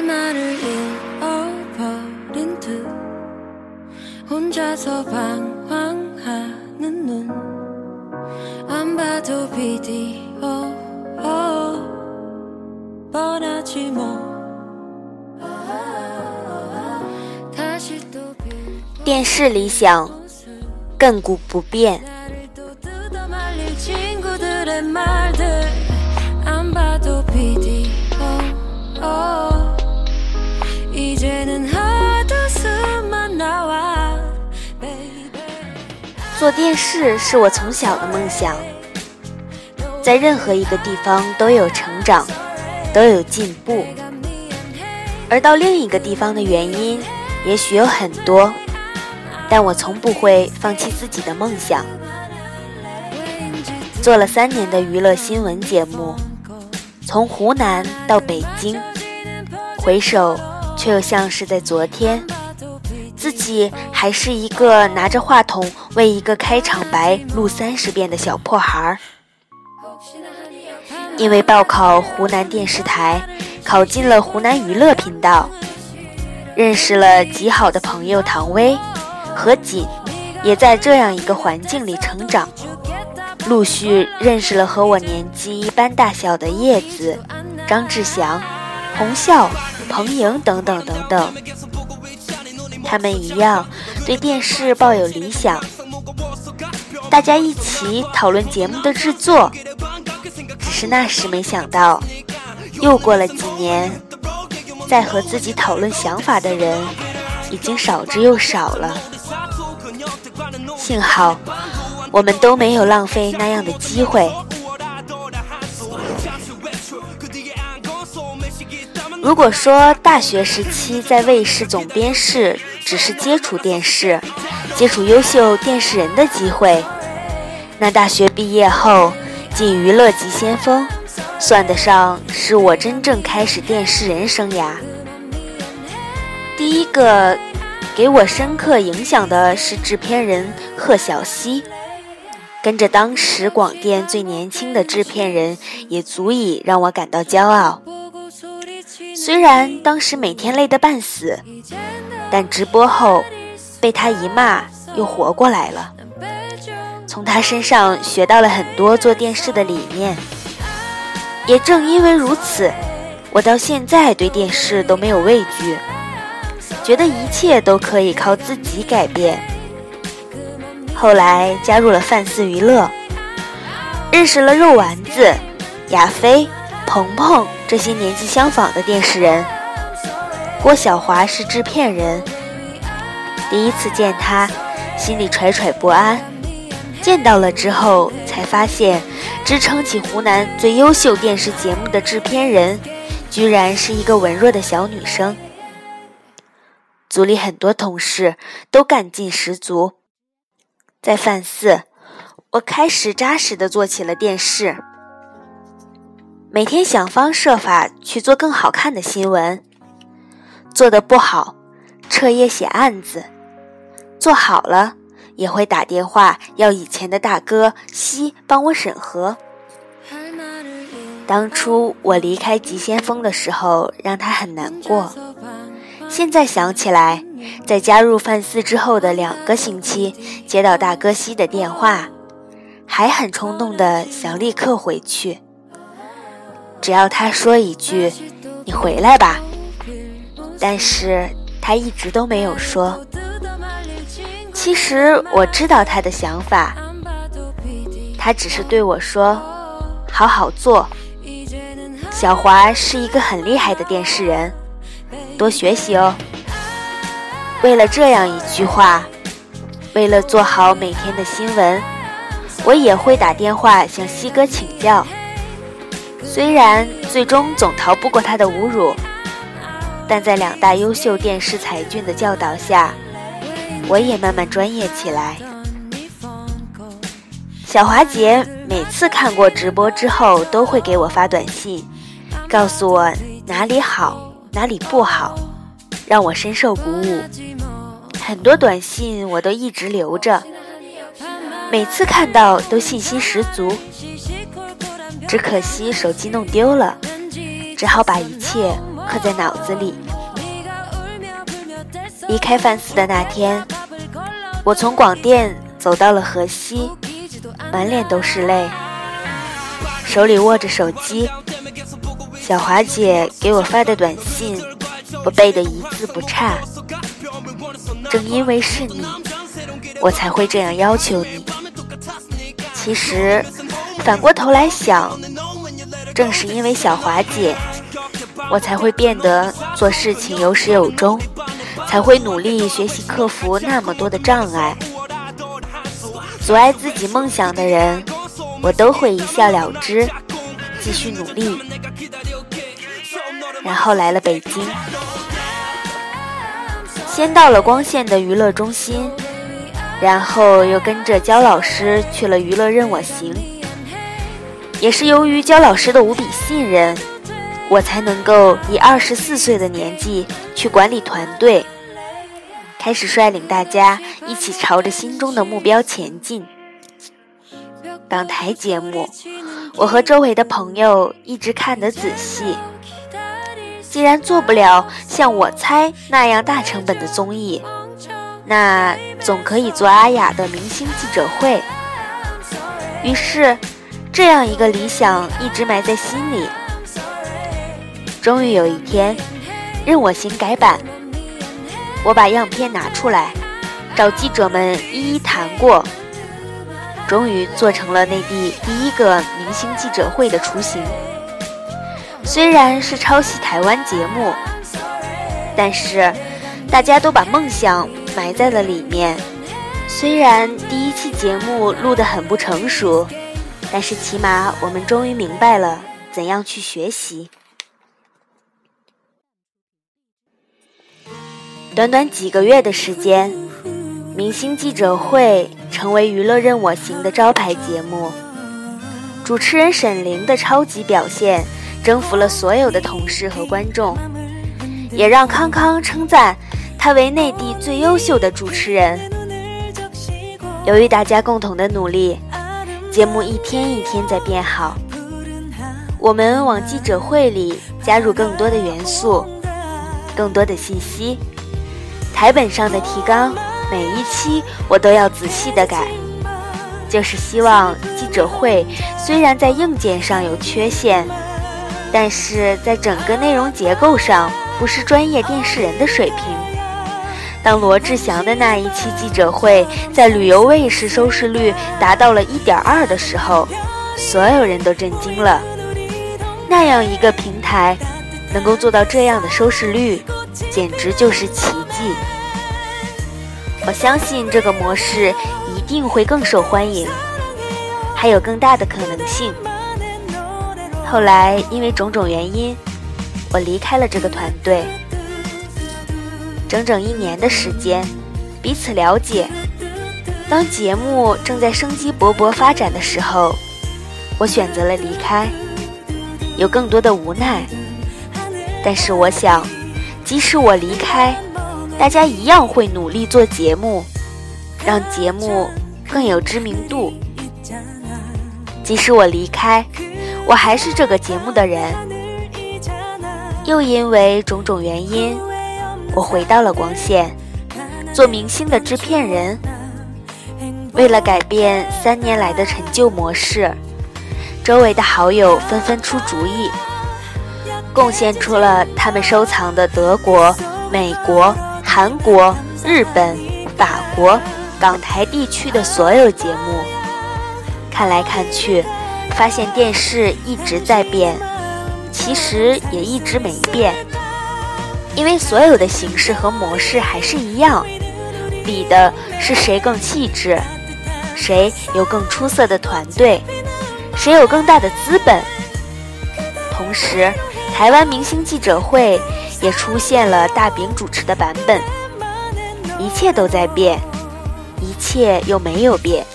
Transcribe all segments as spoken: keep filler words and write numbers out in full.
말을 잃어버린 듯 혼자서 방황하는 눈 안 봐도 비디오 뻔하지 뭐 다시 또 电视理想亘古不变。 친구들의 말들 안 봐도 비디오 이제는 헛웃음만 나와 做电视是我从小的梦想，在任何一个地方都有成长，都有进步，而到另一个地方的原因也许有很多，但我从不会放弃自己的梦想。做了三年的娱乐新闻节目，从湖南到北京，回首却又像是在昨天，自己还是一个拿着话筒为一个开场白录三十遍的小破孩。因为报考湖南电视台，考进了湖南娱乐频道，认识了极好的朋友唐薇和锦，也在这样一个环境里成长，陆续认识了和我年纪一般大小的叶子、张志祥、洪笑、彭莹等等等等。他们一样对电视抱有理想，大家一起讨论节目的制作。只是那时没想到，又过了几年，再和自己讨论想法的人已经少之又少了。幸好我们都没有浪费那样的机会。如果说大学时期在卫视总编室只是接触电视，接触优秀电视人的机会，那大学毕业后进娱乐急先锋，算得上是我真正开始电视人生涯。第一个给我深刻影响的是制片人贺小西，跟着当时广电最年轻的制片人，也足以让我感到骄傲。虽然当时每天累得半死，但直播后被他一骂又活过来了。从他身上学到了很多做电视的理念，也正因为如此，我到现在对电视都没有畏惧，觉得一切都可以靠自己改变。后来加入了范四娱乐，认识了肉丸子、亚飞、鹏鹏这些年纪相仿的电视人。郭晓华是制片人，第一次见他，心里惴惴不安。见到了之后，才发现支撑起湖南最优秀电视节目的制片人，居然是一个文弱的小女生。组里很多同事都干劲十足。在范四，我开始扎实地做起了电视，每天想方设法去做更好看的新闻，做得不好，彻夜写案子，做好了也会打电话要以前的大哥西帮我审核。当初我离开急先锋的时候，让他很难过。现在想起来，在加入范四之后的两个星期，接到大哥西的电话，还很冲动的想立刻回去。只要他说一句你回来吧，但是他一直都没有说。其实我知道他的想法，他只是对我说好好做，小华是一个很厉害的电视人，多学习哦。为了这样一句话，为了做好每天的新闻，我也会打电话向西哥请教。虽然最终总逃不过他的侮辱，但在两大优秀电视才俊的教导下，我也慢慢专业起来。小华姐每次看过直播之后都会给我发短信，告诉我哪里好哪里不好，让我深受鼓舞。很多短信我都一直留着，每次看到都信心十足。只可惜手机弄丢了，只好把一切刻在脑子里。离开饭寺的那天，我从广电走到了河西，满脸都是泪，手里握着手机，小华姐给我发的短信，我背得一字不差。正因为是你，我才会这样要求你。其实反过头来想，正是因为小华姐，我才会变得做事情有始有终，才会努力学习克服那么多的障碍。阻碍自己梦想的人，我都会一笑了之，继续努力。然后来了北京，先到了光线的娱乐中心，然后又跟着焦老师去了娱乐任我行。也是由于焦老师的无比信任，我才能够以二十四岁的年纪去管理团队，开始率领大家一起朝着心中的目标前进。港台节目，我和周围的朋友一直看得仔细。既然做不了像我猜那样大成本的综艺，那总可以做阿雅的明星记者会。于是这样一个理想一直埋在心里。终于有一天，任我行改版，我把样片拿出来，找记者们一一谈过，终于做成了内地第一个明星记者会的雏形。虽然是抄袭台湾节目，但是大家都把梦想埋在了里面。虽然第一期节目录得很不成熟，但是起码我们终于明白了怎样去学习。短短几个月的时间，明星记者会成为娱乐任我行的招牌节目。主持人沈凌的超级表现征服了所有的同事和观众，也让康康称赞他为内地最优秀的主持人。由于大家共同的努力，节目一天一天在变好。我们往记者会里加入更多的元素，更多的信息。台本上的提纲，每一期我都要仔细地改，就是希望记者会虽然在硬件上有缺陷，但是在整个内容结构上不是专业电视人的水平。当罗志祥的那一期记者会在旅游卫视收视率达到了 一点二 的时候，所有人都震惊了。那样一个平台能够做到这样的收视率，简直就是奇迹。我相信这个模式一定会更受欢迎，还有更大的可能性。后来因为种种原因，我离开了这个团队。整整一年的时间，彼此了解。当节目正在生机勃勃发展的时候，我选择了离开，有更多的无奈。但是我想，即使我离开，大家一样会努力做节目，让节目更有知名度。即使我离开，我还是这个节目的人。又因为种种原因，我回到了光线，做明星的制片人。为了改变三年来的陈旧模式，周围的好友纷纷出主意，贡献出了他们收藏的德国、美国、韩国、日本、法国、港台地区的所有节目。看来看去，发现电视一直在变，其实也一直没变。因为所有的形式和模式还是一样，比的是谁更细致，谁有更出色的团队，谁有更大的资本。同时，台湾明星记者会也出现了大饼主持的版本。一切都在变，一切又没有变。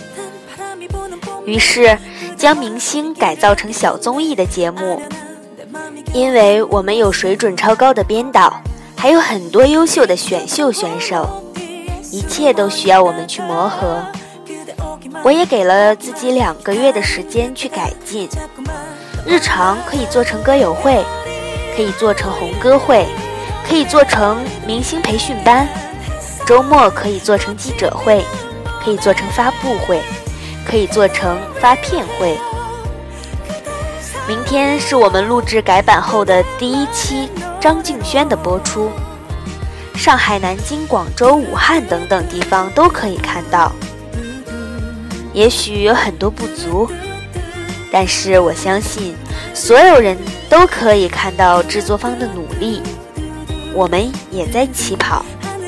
于是将明星改造成小综艺的节目。因为我们有水准超高的编导，还有很多优秀的选秀选手，一切都需要我们去磨合。我也给了自己两个月的时间去改进。日常可以做成歌友会， 可以做成红歌会，可以做成明星培训班，周末可以做成记者会，可以做成发布会，可以做成发片会。明天是我们录制改版后的第一期张敬轩的播出，上海、南京、广州、武汉等等地方都可以看到。也许有很多不足，但是我相信所有人都可以看到制作方的努力，我们也在起跑。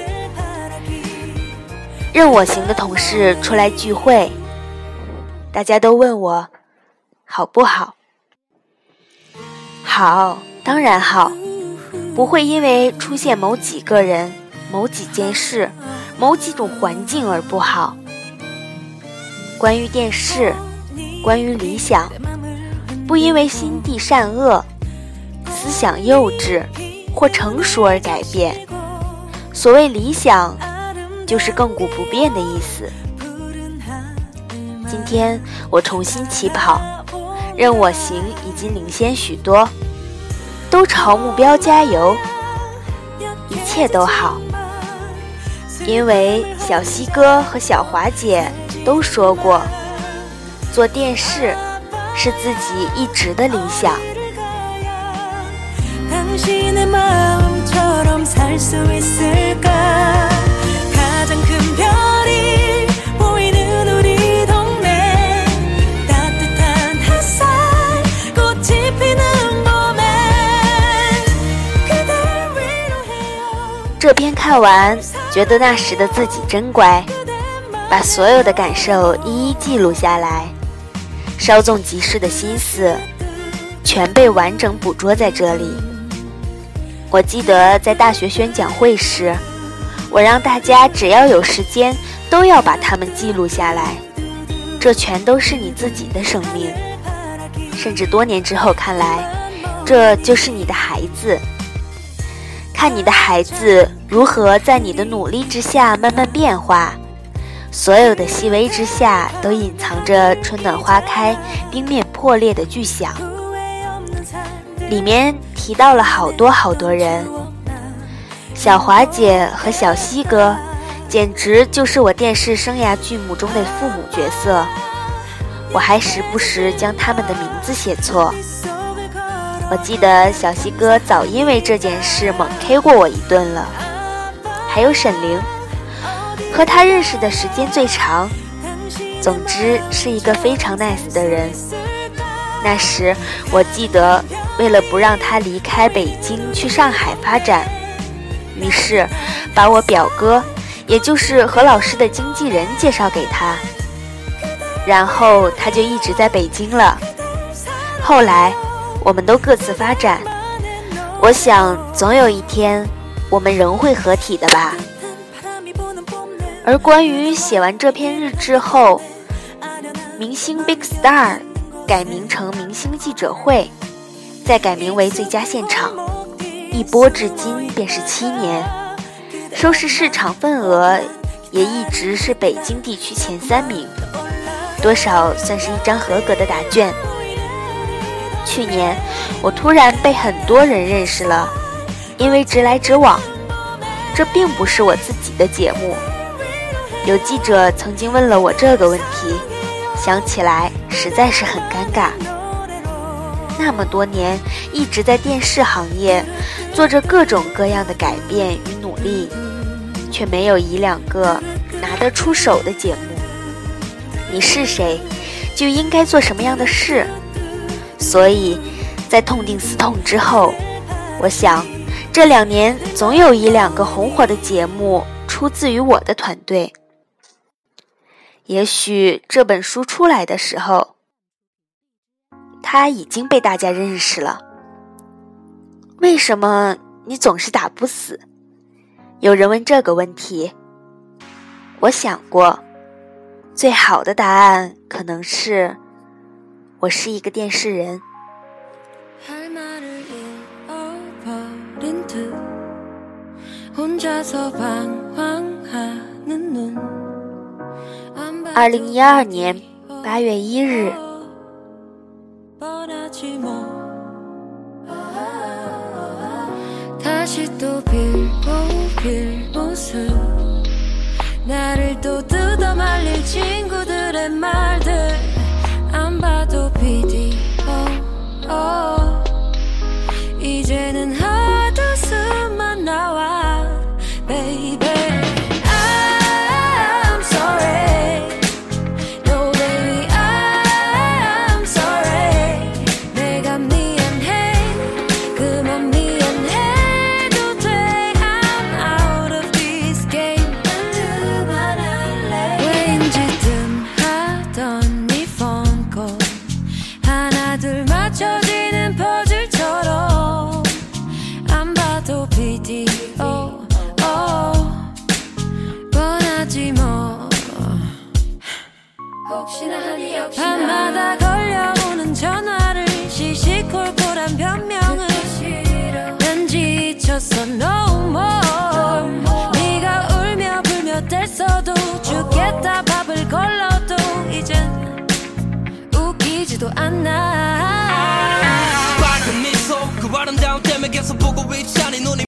任我行的同事出来聚会，大家都问我好不好？好，当然好，不会因为出现某几个人、某几件事、某几种环境而不好。关于电视，关于理想，不因为心地善恶、思想幼稚或成熟而改变。所谓理想，就是亘古不变的意思。今天我重新起跑，任我行已经领先许多，都朝目标加油，一切都好。因为小西哥和小华姐都说过，做电视是自己一直的理想。这篇看完，觉得那时的自己真乖，把所有的感受一一记录下来，稍纵即逝的心思全被完整捕捉在这里。我记得在大学宣讲会时，我让大家只要有时间都要把它们记录下来，这全都是你自己的生命，甚至多年之后看来，这就是你的孩子。看你的孩子如何在你的努力之下慢慢变化，所有的细微之下都隐藏着春暖花开、冰面破裂的巨响。里面提到了好多好多人，小华姐和小西哥简直就是我电视生涯剧目中的父母角色，我还时不时将他们的名字写错。我记得小西哥早因为这件事猛 K 过我一顿了。还有沈凌，和他认识的时间最长，总之是一个非常 nice 的人。那时我记得为了不让他离开北京去上海发展，于是把我表哥，也就是何老师的经纪人介绍给他，然后他就一直在北京了。后来我们都各自发展，我想总有一天我们仍会合体的吧。而关于写完这篇日志后，明星 Big Star 改名成明星记者会，再改名为最佳现场，一播至今便是七年，收视市场份额也一直是北京地区前三名，多少算是一张合格的答卷。去年我突然被很多人认识了，因为直来直往，这并不是我自己的节目。有记者曾经问了我这个问题，想起来实在是很尴尬。那么多年一直在电视行业做着各种各样的改变与努力，却没有一两个拿得出手的节目。你是谁，就应该做什么样的事。所以在痛定思痛之后，我想这两年总有一两个红火的节目出自于我的团队。也许这本书出来的时候，它已经被大家认识了。为什么你总是打不死？有人问这个问题，我想过，最好的答案可能是我是一个电视人。二零一二年八月一日， 다시 또 빌고 빌 모습 나를 또 뜯어 말릴 친구들의 말들 안 봐도 비디오 어. 이제는 헛웃음만 나와 baby I'm sorry No baby I'm sorry 내가 미안해 그만 미안해도 돼 I'm out of this game 그만할래 왜인지 뜸하던 네 폰콜 하나 둘 맞춰지는 퍼즐처럼 안 봐도 비디오 뻔하지 뭐 혹시나 하니 역시나 밤마다 걸려오는 전화를 시시콜콜한 변명을 난 지쳤어 no more 네가 울며 불며 댔어도 죽겠다 밥을 걸러도 이젠 웃기지도 않아 밝은 미소 그 아름다운 땜에 계속 보고 있자니 눈이